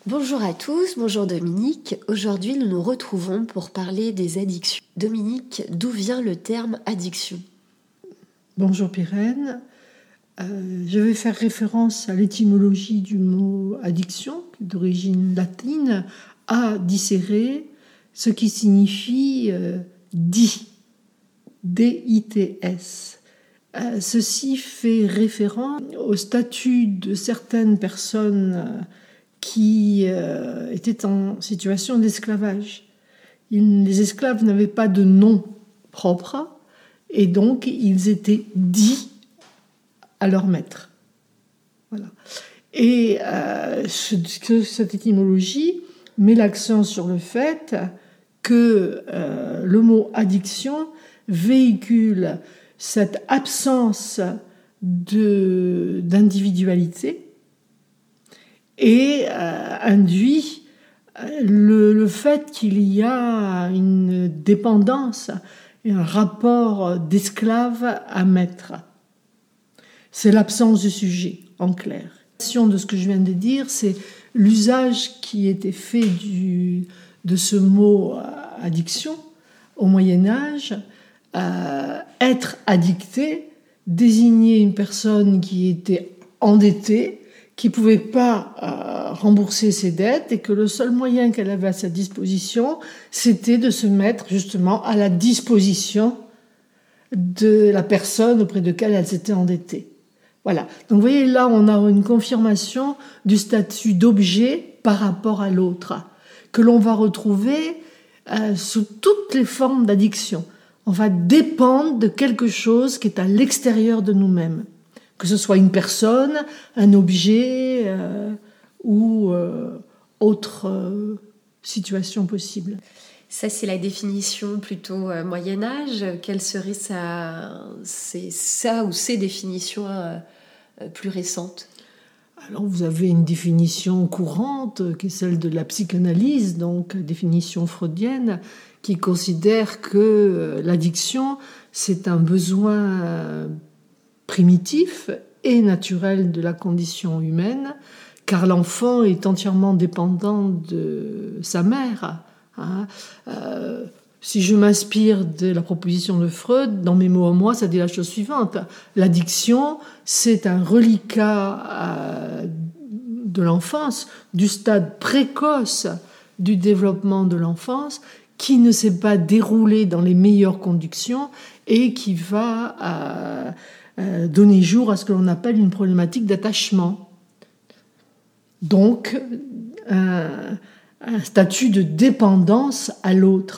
Bonjour à tous, bonjour Dominique. Aujourd'hui, nous nous retrouvons pour parler des addictions. Dominique, d'où vient le terme addiction ? Bonjour Pyrène. Je vais faire référence à l'étymologie du mot addiction, d'origine latine, à dissérer, ce qui signifie dit, D-I-T-S. Ceci fait référence au statut de certaines personnes qui étaient en situation d'esclavage. Les esclaves n'avaient pas de nom propre et donc ils étaient dits à leur maître. Voilà. Et cette étymologie met l'accent sur le fait que le mot addiction véhicule cette absence d'individualité et induit le fait qu'il y a une dépendance et un rapport d'esclave à maître. C'est l'absence du sujet, en clair. De ce que je viens de dire, c'est l'usage qui était fait de ce mot addiction au Moyen-Âge. Être addicté désignait une personne qui était endettée, qui ne pouvait pas rembourser ses dettes et que le seul moyen qu'elle avait à sa disposition, c'était de se mettre justement à la disposition de la personne auprès de laquelle elle s'était endettée. Voilà. Donc vous voyez, là, on a une confirmation du statut d'objet par rapport à l'autre, que l'on va retrouver sous toutes les formes d'addiction. On va dépendre de quelque chose qui est à l'extérieur de nous-mêmes. Que ce soit une personne, un objet ou autre situation possible. Ça, c'est la définition plutôt Moyen-Âge. Quelle serait ces définitions plus récentes ? Alors, vous avez une définition courante qui est celle de la psychanalyse, donc définition freudienne, qui considère que l'addiction, c'est un besoin primitif et naturel de la condition humaine, car l'enfant est entièrement dépendant de sa mère. Si je m'inspire de la proposition de Freud, dans mes mots à moi, ça dit la chose suivante. L'addiction, c'est un reliquat de l'enfance, du stade précoce du développement de l'enfance, qui ne s'est pas déroulé dans les meilleures conditions et qui va donner jour à ce que l'on appelle une problématique d'attachement. Donc, un statut de dépendance à l'autre.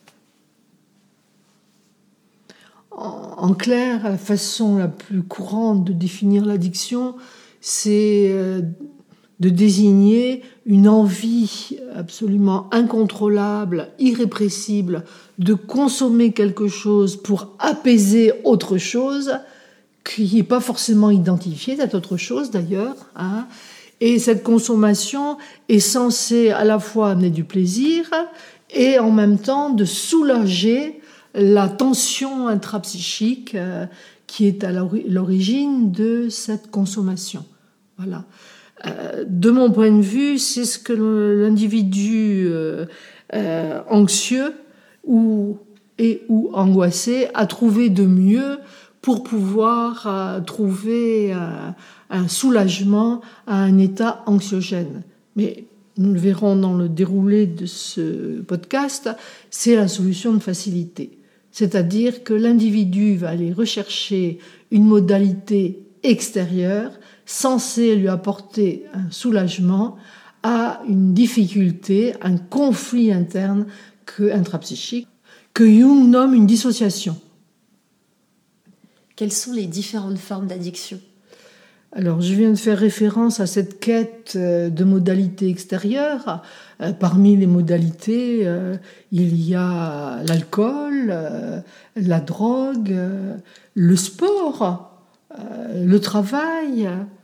En clair, la façon la plus courante de définir l'addiction, c'est de désigner une envie absolument incontrôlable, irrépressible, de consommer quelque chose pour apaiser autre chose, qui n'est pas forcément identifié, cette autre chose d'ailleurs. Et cette consommation est censée à la fois amener du plaisir et en même temps de soulager la tension intrapsychique qui est à l'origine de cette consommation. Voilà. De mon point de vue, c'est ce que l'individu anxieux ou angoissé a trouvé de mieux pour pouvoir trouver un soulagement à un état anxiogène. Mais nous le verrons dans le déroulé de ce podcast, c'est la solution de facilité. C'est-à-dire que l'individu va aller rechercher une modalité extérieure censée lui apporter un soulagement à une difficulté, un conflit interne intrapsychique, que Jung nomme une dissociation. Quelles sont les différentes formes d'addiction ? Alors, je viens de faire référence à cette quête de modalités extérieures. Parmi les modalités, il y a l'alcool, la drogue, le sport, le travail,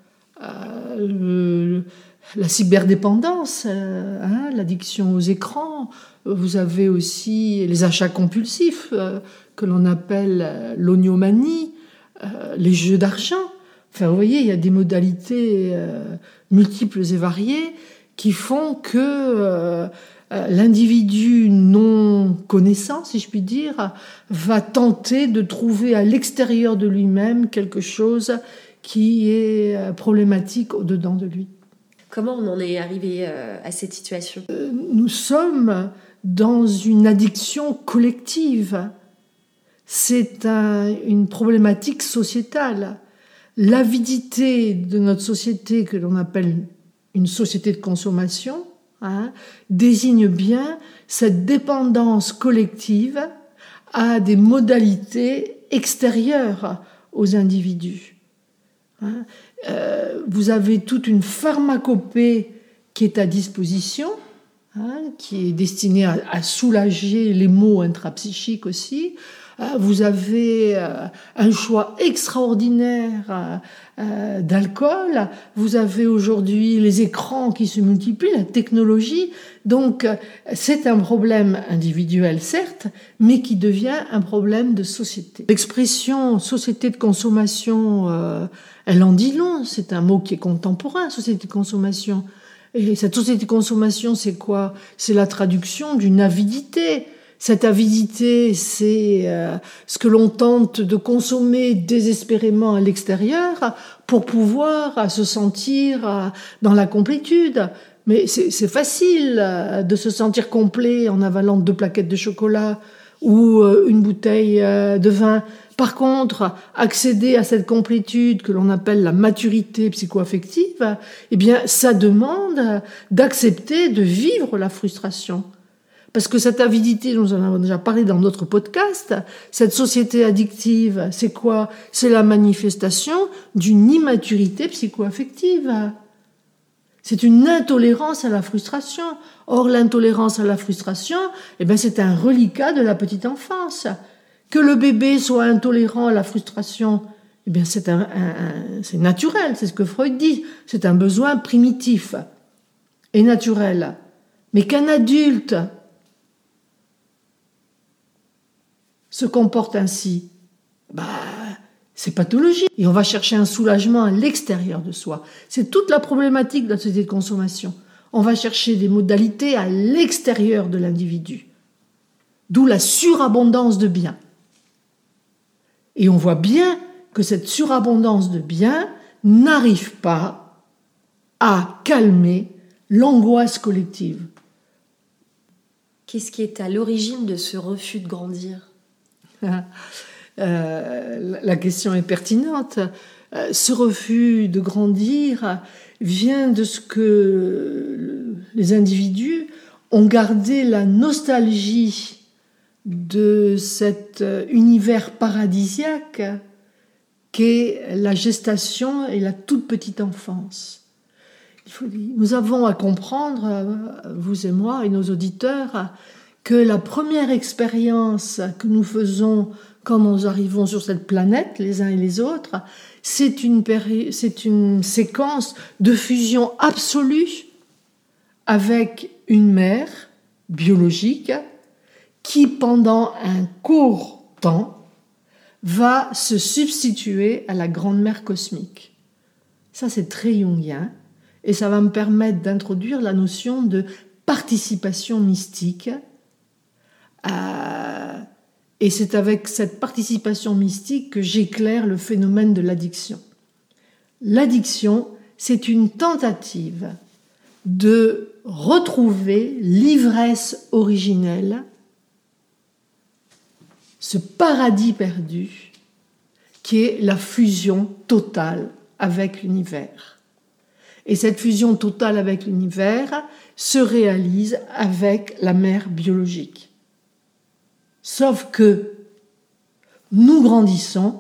la cyberdépendance, l'addiction aux écrans. Vous avez aussi les achats compulsifs que l'on appelle l'oniomanie, les jeux d'argent. Enfin, vous voyez, il y a des modalités multiples et variées qui font que l'individu non connaissant, si je puis dire, va tenter de trouver à l'extérieur de lui-même quelque chose qui est problématique au-dedans de lui. Comment on en est arrivé à cette situation ? Nous sommes dans une addiction collective. C'est une problématique sociétale. L'avidité de notre société, que l'on appelle une société de consommation, désigne bien cette dépendance collective à des modalités extérieures aux individus. Vous avez toute une pharmacopée qui est à disposition, qui est destinée à soulager les maux intrapsychiques aussi. Vous avez un choix extraordinaire d'alcool. Vous avez aujourd'hui les écrans qui se multiplient, la technologie. Donc, c'est un problème individuel, certes, mais qui devient un problème de société. L'expression société de consommation, elle en dit long. C'est un mot qui est contemporain, société de consommation. Et cette société de consommation, c'est quoi ? C'est la traduction d'une avidité. Cette avidité, c'est ce que l'on tente de consommer désespérément à l'extérieur pour pouvoir se sentir dans la complétude. Mais c'est facile de se sentir complet en avalant 2 plaquettes de chocolat ou une bouteille de vin. Par contre, accéder à cette complétude que l'on appelle la maturité psycho-affective, eh bien, ça demande d'accepter de vivre la frustration. Parce que cette avidité, nous en avons déjà parlé dans notre podcast, cette société addictive, c'est quoi ? C'est la manifestation d'une immaturité psycho-affective. C'est une intolérance à la frustration. Or, l'intolérance à la frustration, eh bien, c'est un reliquat de la petite enfance. Que le bébé soit intolérant à la frustration, eh bien, c'est naturel, c'est ce que Freud dit. C'est un besoin primitif et naturel. Mais qu'un adulte se comporte ainsi, c'est pathologique. Et on va chercher un soulagement à l'extérieur de soi. C'est toute la problématique de la société de consommation. On va chercher des modalités à l'extérieur de l'individu. D'où la surabondance de biens. Et on voit bien que cette surabondance de biens n'arrive pas à calmer l'angoisse collective. Qu'est-ce qui est à l'origine de ce refus de grandir ? La question est pertinente. Ce refus de grandir vient de ce que les individus ont gardé la nostalgie de cet univers paradisiaque qu'est la gestation et la toute petite enfance. Nous avons à comprendre, vous et moi et nos auditeurs, que la première expérience que nous faisons quand nous arrivons sur cette planète, les uns et les autres, c'est une séquence de fusion absolue avec une mère biologique qui, pendant un court temps, va se substituer à la grande mère cosmique. Ça, c'est très jungien, et ça va me permettre d'introduire la notion de participation mystique. Et c'est avec cette participation mystique que j'éclaire le phénomène de l'addiction. L'addiction, c'est une tentative de retrouver l'ivresse originelle, ce paradis perdu qui est la fusion totale avec l'univers. Et cette fusion totale avec l'univers se réalise avec la mère biologique. Sauf que nous grandissons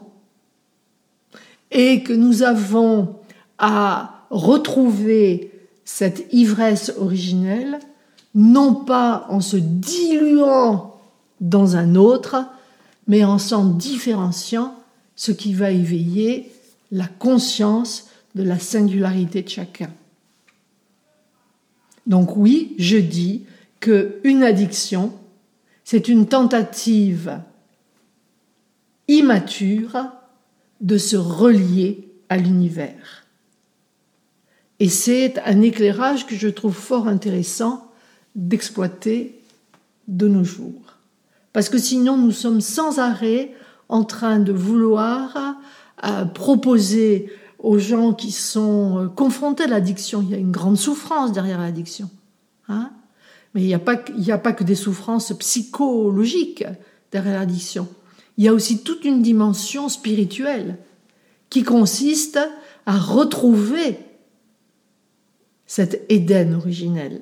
et que nous avons à retrouver cette ivresse originelle, non pas en se diluant dans un autre, mais en s'en différenciant, ce qui va éveiller la conscience de la singularité de chacun. Donc oui, je dis qu'une addiction, c'est une tentative immature de se relier à l'univers. Et c'est un éclairage que je trouve fort intéressant d'exploiter de nos jours. Parce que sinon, nous sommes sans arrêt en train de vouloir proposer aux gens qui sont confrontés à l'addiction, il y a une grande souffrance derrière l'addiction. Hein? Mais il n'y a pas que des souffrances psychologiques derrière l'addiction. Il y a aussi toute une dimension spirituelle qui consiste à retrouver cet Éden originel.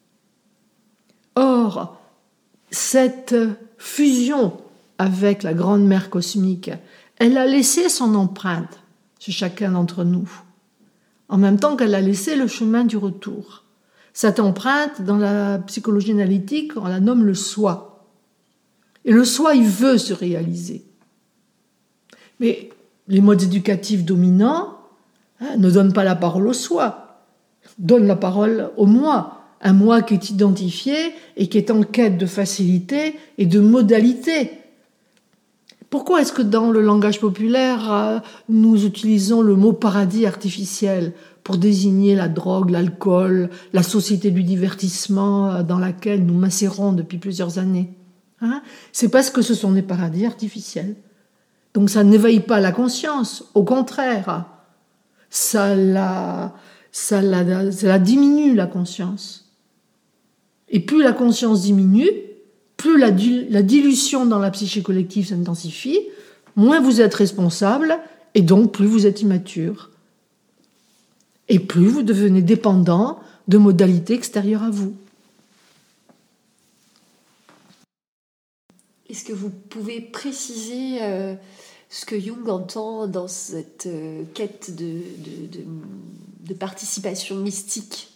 Or, cette fusion avec la grande mère cosmique, elle a laissé son empreinte chez chacun d'entre nous, en même temps qu'elle a laissé le chemin du retour. Cette empreinte, dans la psychologie analytique, on la nomme le soi. Et le soi, il veut se réaliser. Mais les modes éducatifs dominants ne donnent pas la parole au soi, donnent la parole au moi. Un moi qui est identifié et qui est en quête de facilité et de modalité. Pourquoi est-ce que dans le langage populaire, nous utilisons le mot paradis artificiel pour désigner la drogue, l'alcool, la société du divertissement dans laquelle nous macérons depuis plusieurs années? C'est parce que ce sont des paradis artificiels. Donc ça n'éveille pas la conscience, au contraire, ça la diminue, la conscience. Et plus la conscience diminue, plus la dilution dans la psyché collective s'intensifie, moins vous êtes responsable, et donc plus vous êtes immature. Et plus vous devenez dépendant de modalités extérieures à vous. Est-ce que vous pouvez préciser ce que Jung entend dans cette quête de participation mystique?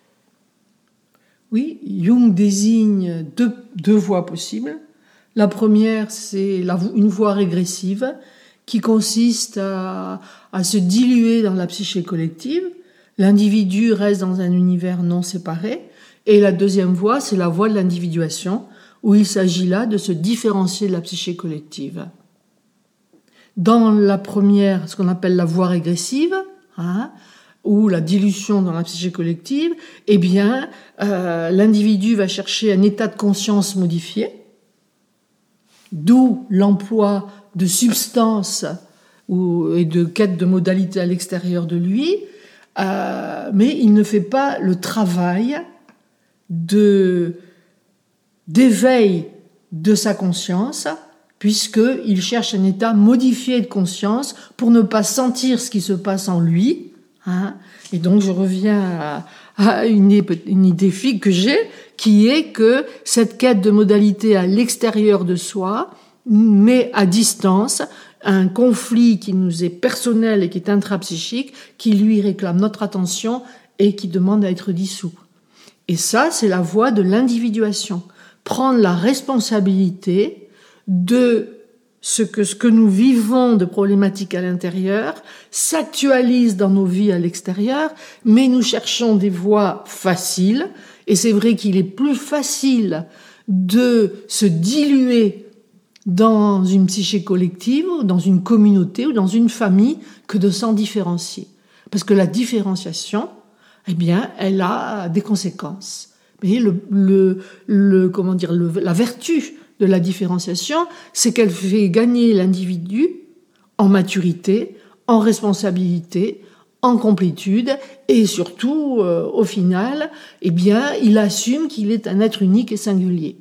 Oui, Jung désigne deux voies possibles. La première, c'est une voie régressive qui consiste à se diluer dans la psyché collective. L'individu reste dans un univers non séparé. Et la deuxième voie, c'est la voie de l'individuation, où il s'agit là de se différencier de la psyché collective. Dans la première, ce qu'on appelle la voie régressive, ou la dilution dans la psyché collective, eh bien, l'individu va chercher un état de conscience modifié, d'où l'emploi de substances et de quête de modalités à l'extérieur de lui, mais il ne fait pas le travail d'éveil de sa conscience, puisqu'il cherche un état modifié de conscience pour ne pas sentir ce qui se passe en lui. Et donc je reviens à une idée fixe que j'ai, qui est que cette quête de modalité à l'extérieur de soi met à distance un conflit qui nous est personnel et qui est intrapsychique, qui lui réclame notre attention et qui demande à être dissous. Et ça, c'est la voie de l'individuation. Prendre la responsabilité de ce que nous vivons de problématiques à l'intérieur s'actualise dans nos vies à l'extérieur, mais nous cherchons des voies faciles, et c'est vrai qu'il est plus facile de se diluer dans une psyché collective, dans une communauté ou dans une famille que de s'en différencier. Parce que la différenciation, eh bien, elle a des conséquences. Mais la vertu de la différenciation, c'est qu'elle fait gagner l'individu en maturité, en responsabilité, en complétude, et surtout, au final, eh bien, il assume qu'il est un être unique et singulier.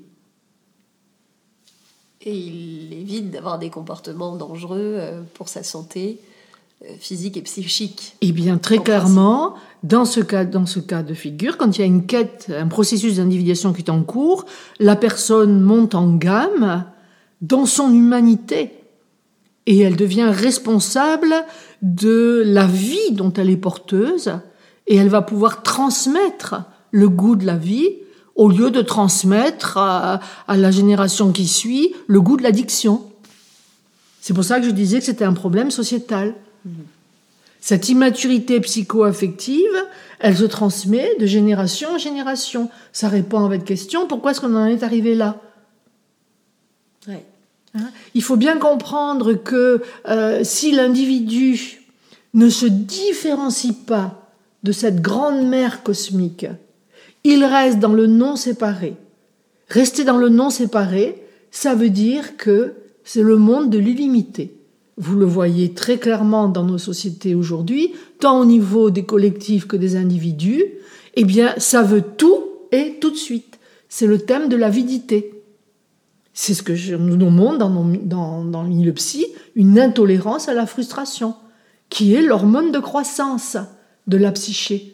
Et il évite d'avoir des comportements dangereux pour sa santé physique et psychique. Eh bien, très clairement, dans ce cas de figure, quand il y a une quête, un processus d'individuation qui est en cours, la personne monte en gamme dans son humanité et elle devient responsable de la vie dont elle est porteuse et elle va pouvoir transmettre le goût de la vie au lieu de transmettre à la génération qui suit le goût de l'addiction. C'est pour ça que je disais que c'était un problème sociétal. Cette immaturité psycho-affective, elle se transmet de génération en génération. Ça répond à votre question, pourquoi est-ce qu'on en est arrivé là? Ouais. Il faut bien comprendre que si l'individu ne se différencie pas de cette grande mer cosmique, il reste dans le non séparé. Rester dans le non séparé, ça veut dire que c'est le monde de l'illimité. Vous le voyez très clairement dans nos sociétés aujourd'hui, tant au niveau des collectifs que des individus, eh bien, ça veut tout et tout de suite. C'est le thème de l'avidité. C'est ce que nous nommons dans le milieu psy une intolérance à la frustration, qui est l'hormone de croissance de la psyché.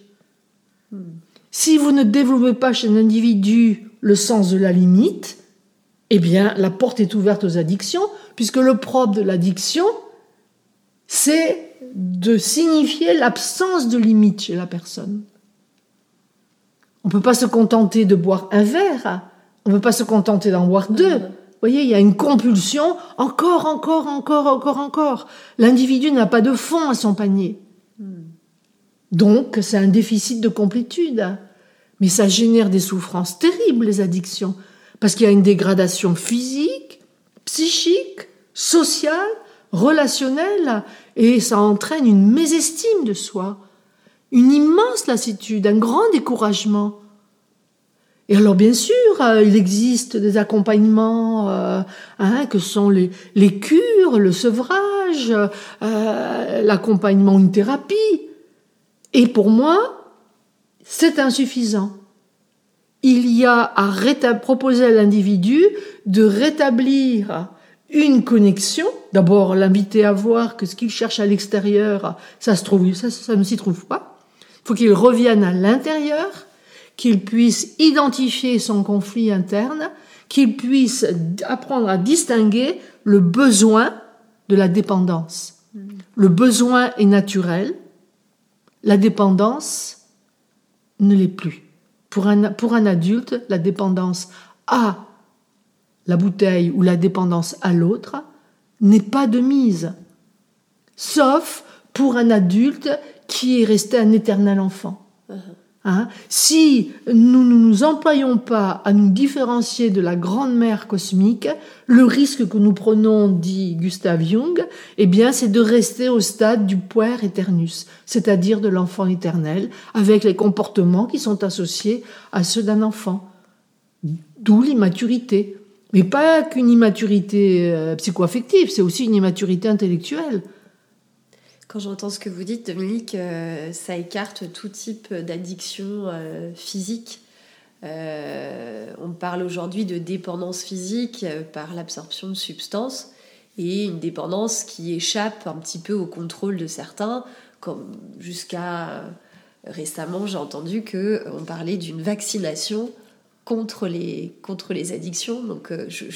Si vous ne développez pas chez un individu le sens de la limite, eh bien, la porte est ouverte aux addictions, puisque le propre de l'addiction, c'est de signifier l'absence de limite chez la personne. On ne peut pas se contenter de boire un verre, on ne peut pas se contenter d'en boire deux. Vous voyez, il y a une compulsion, encore. L'individu n'a pas de fond à son panier. Donc, c'est un déficit de complétude. Mais ça génère des souffrances terribles, les addictions, parce qu'il y a une dégradation physique, psychique, sociale, relationnelle, et ça entraîne une mésestime de soi, une immense lassitude, un grand découragement. Et alors, bien sûr, il existe des accompagnements que sont les cures, le sevrage, l'accompagnement, une thérapie. Et pour moi, c'est insuffisant. Il y a à proposer à l'individu de rétablir une connexion. D'abord, l'inviter à voir que ce qu'il cherche à l'extérieur, ça ne s'y trouve pas. Il faut qu'il revienne à l'intérieur, qu'il puisse identifier son conflit interne, qu'il puisse apprendre à distinguer le besoin de la dépendance. Le besoin est naturel, la dépendance ne l'est plus. Pour un adulte, la dépendance à la bouteille ou la dépendance à l'autre n'est pas de mise, sauf pour un adulte qui est resté un éternel enfant. Si nous ne nous employons pas à nous différencier de la grande mère cosmique, le risque que nous prenons, dit Gustav Jung, eh bien, c'est de rester au stade du puer aeternus, c'est-à-dire de l'enfant éternel, avec les comportements qui sont associés à ceux d'un enfant. D'où l'immaturité. Mais pas qu'une immaturité psycho-affective, c'est aussi une immaturité intellectuelle. Quand j'entends ce que vous dites, Dominique, ça écarte tout type d'addiction physique. On parle aujourd'hui de dépendance physique par l'absorption de substances et une dépendance qui échappe un petit peu au contrôle de certains, comme jusqu'à récemment, j'ai entendu qu'on parlait d'une vaccination contre les addictions. Donc,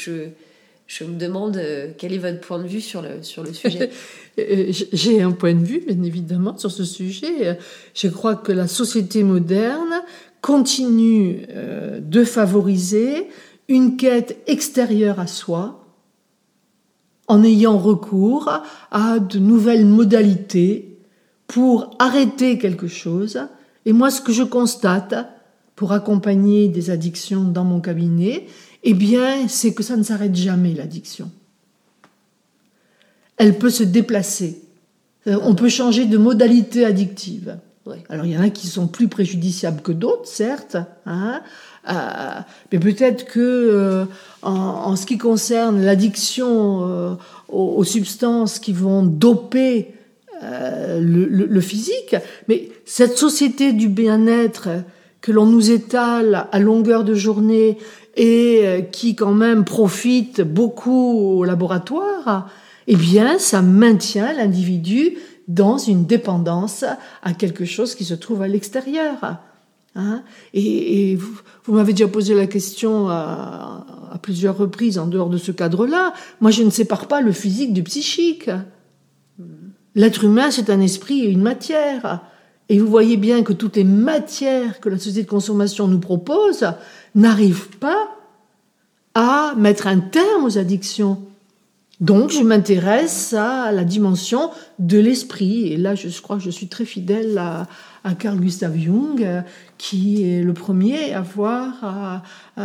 je me demande quel est votre point de vue sur le sujet. J'ai un point de vue, bien évidemment, sur ce sujet. Je crois que la société moderne continue de favoriser une quête extérieure à soi en ayant recours à de nouvelles modalités pour arrêter quelque chose. Et moi, ce que je constate pour accompagner des addictions dans mon cabinet, eh bien, c'est que ça ne s'arrête jamais, l'addiction. Elle peut se déplacer. On peut changer de modalité addictive. Oui. Alors, il y en a qui sont plus préjudiciables que d'autres, certes, mais peut-être que en ce qui concerne l'addiction aux substances qui vont doper le physique, mais cette société du bien-être que l'on nous étale à longueur de journée et qui quand même profite beaucoup au laboratoire, eh bien, ça maintient l'individu dans une dépendance à quelque chose qui se trouve à l'extérieur. Et vous m'avez déjà posé la question à plusieurs reprises en dehors de ce cadre-là. Moi, je ne sépare pas le physique du psychique. L'être humain, c'est un esprit et une matière. Et vous voyez bien que toutes les matières que la société de consommation nous propose n'arrivent pas à mettre un terme aux addictions. Donc, je m'intéresse à la dimension de l'esprit. Et là, je crois que je suis très fidèle à Carl Gustav Jung, qui est le premier à avoir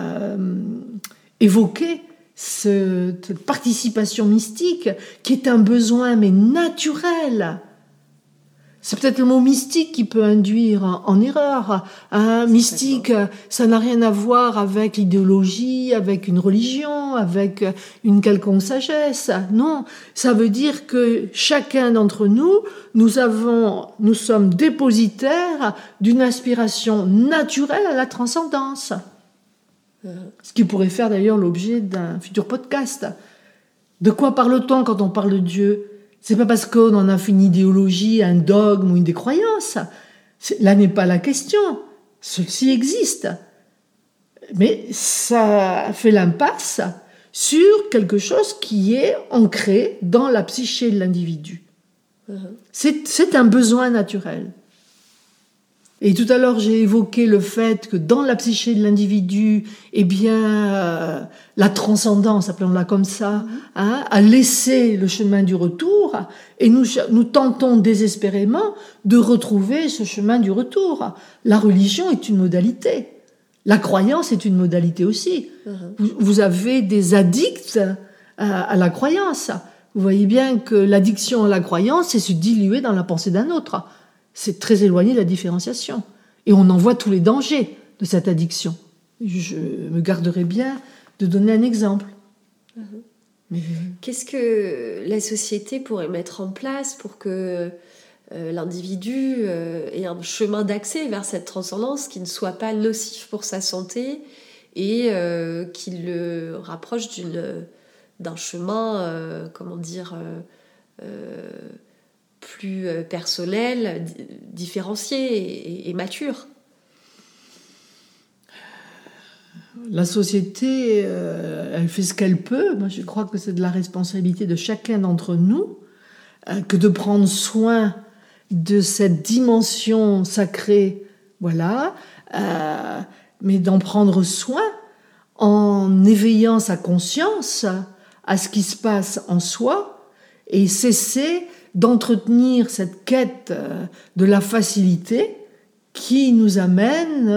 évoqué cette participation mystique, qui est un besoin, mais naturel. C'est peut-être le mot mystique qui peut induire en erreur. Mystique, ça n'a rien à voir avec l'idéologie, avec une religion, avec une quelconque sagesse. Non, ça veut dire que chacun d'entre nous, nous sommes dépositaires d'une aspiration naturelle à la transcendance. Ce qui pourrait faire d'ailleurs l'objet d'un futur podcast. De quoi parle-t-on quand on parle de Dieu ? C'est pas parce qu'on en a fait une idéologie, un dogme ou une des croyances. Là n'est pas la question. Ceci existe. Mais ça fait l'impasse sur quelque chose qui est ancré dans la psyché de l'individu. C'est un besoin naturel. Et tout à l'heure, j'ai évoqué le fait que dans la psyché de l'individu, la transcendance, appelons-la comme ça, a laissé le chemin du retour, et nous tentons désespérément de retrouver ce chemin du retour. La religion est une modalité. La croyance est une modalité aussi. Vous avez des addicts à la croyance. Vous voyez bien que l'addiction à la croyance, c'est se diluer dans la pensée d'un autre. C'est très éloigné de la différenciation. Et on en voit tous les dangers de cette addiction. Je me garderai bien de donner un exemple. Mais... Qu'est-ce que la société pourrait mettre en place pour que l'individu ait un chemin d'accès vers cette transcendance qui ne soit pas nocif pour sa santé et qui le rapproche d'un chemin, plus personnel, différencié et mature. La société, elle fait ce qu'elle peut. Moi, je crois que c'est de la responsabilité de chacun d'entre nous que de prendre soin de cette dimension sacrée, voilà, mais d'en prendre soin en éveillant sa conscience à ce qui se passe en soi et cesser d'entretenir cette quête de la facilité qui nous amène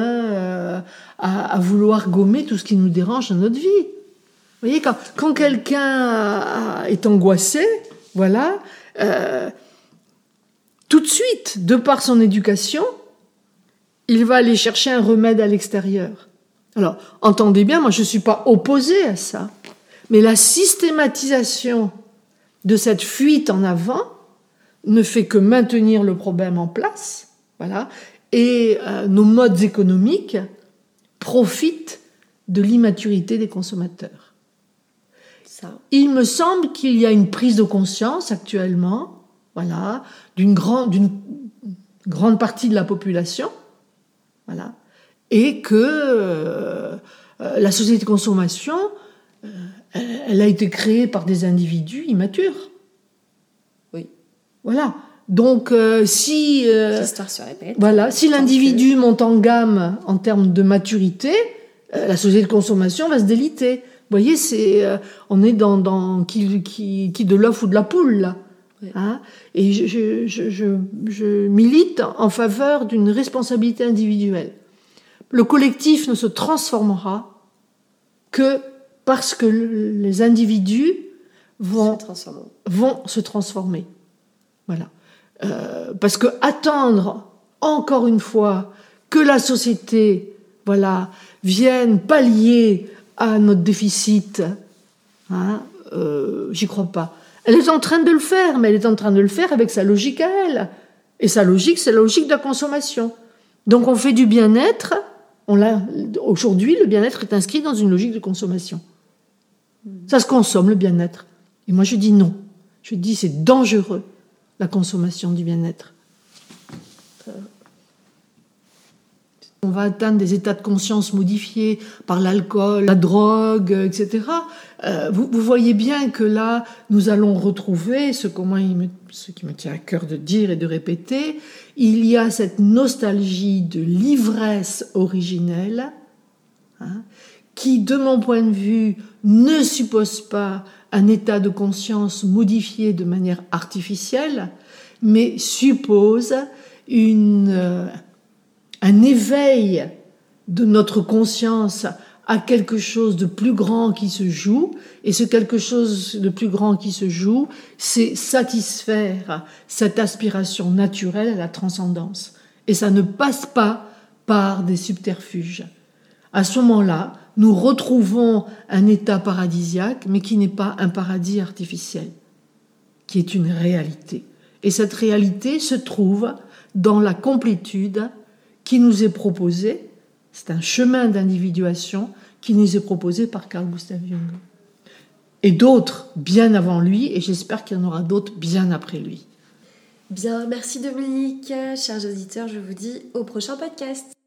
à vouloir gommer tout ce qui nous dérange dans notre vie. Vous voyez, quand quelqu'un est angoissé, voilà, tout de suite, de par son éducation, il va aller chercher un remède à l'extérieur. Alors, entendez bien, moi je ne suis pas opposée à ça, mais la systématisation de cette fuite en avant ne fait que maintenir le problème en place, voilà, et nos modes économiques profitent de l'immaturité des consommateurs. Ça. Il me semble qu'il y a une prise de conscience actuellement, voilà, d'une grande partie de la population, voilà, et que la société de consommation, elle a été créée par des individus immatures. Voilà. Donc, si l'histoire se répète, si l'individu monte en gamme en termes de maturité, la société de consommation va se déliter. Vous voyez, on est dans qui de l'œuf ou de la poule là. Oui. Hein, et je milite en faveur d'une responsabilité individuelle. Le collectif ne se transformera que parce que les individus vont se transformer. Voilà. Parce que attendre, encore une fois, que la société, voilà, vienne pallier à notre déficit, j'y crois pas. Elle est en train de le faire, mais elle est en train de le faire avec sa logique à elle. Et sa logique, c'est la logique de la consommation. Donc on fait du bien-être. Aujourd'hui, le bien-être est inscrit dans une logique de consommation. Ça se consomme, le bien-être. Et moi, je dis non. Je dis c'est dangereux, la consommation du bien-être. On va atteindre des états de conscience modifiés par l'alcool, la drogue, etc. Vous voyez bien que là, nous allons retrouver ce qui me tient à cœur de dire et de répéter. Il y a cette nostalgie de l'ivresse originelle, qui, de mon point de vue, ne suppose pas un état de conscience modifié de manière artificielle, mais suppose un éveil de notre conscience à quelque chose de plus grand qui se joue, et ce quelque chose de plus grand qui se joue, c'est satisfaire cette aspiration naturelle à la transcendance. Et ça ne passe pas par des subterfuges. À ce moment-là, nous retrouvons un état paradisiaque, mais qui n'est pas un paradis artificiel, qui est une réalité. Et cette réalité se trouve dans la complétude qui nous est proposée. C'est un chemin d'individuation qui nous est proposé par Carl Gustav Jung. Et d'autres bien avant lui, et j'espère qu'il y en aura d'autres bien après lui. Bien, merci Dominique. Chers auditeurs, je vous dis au prochain podcast.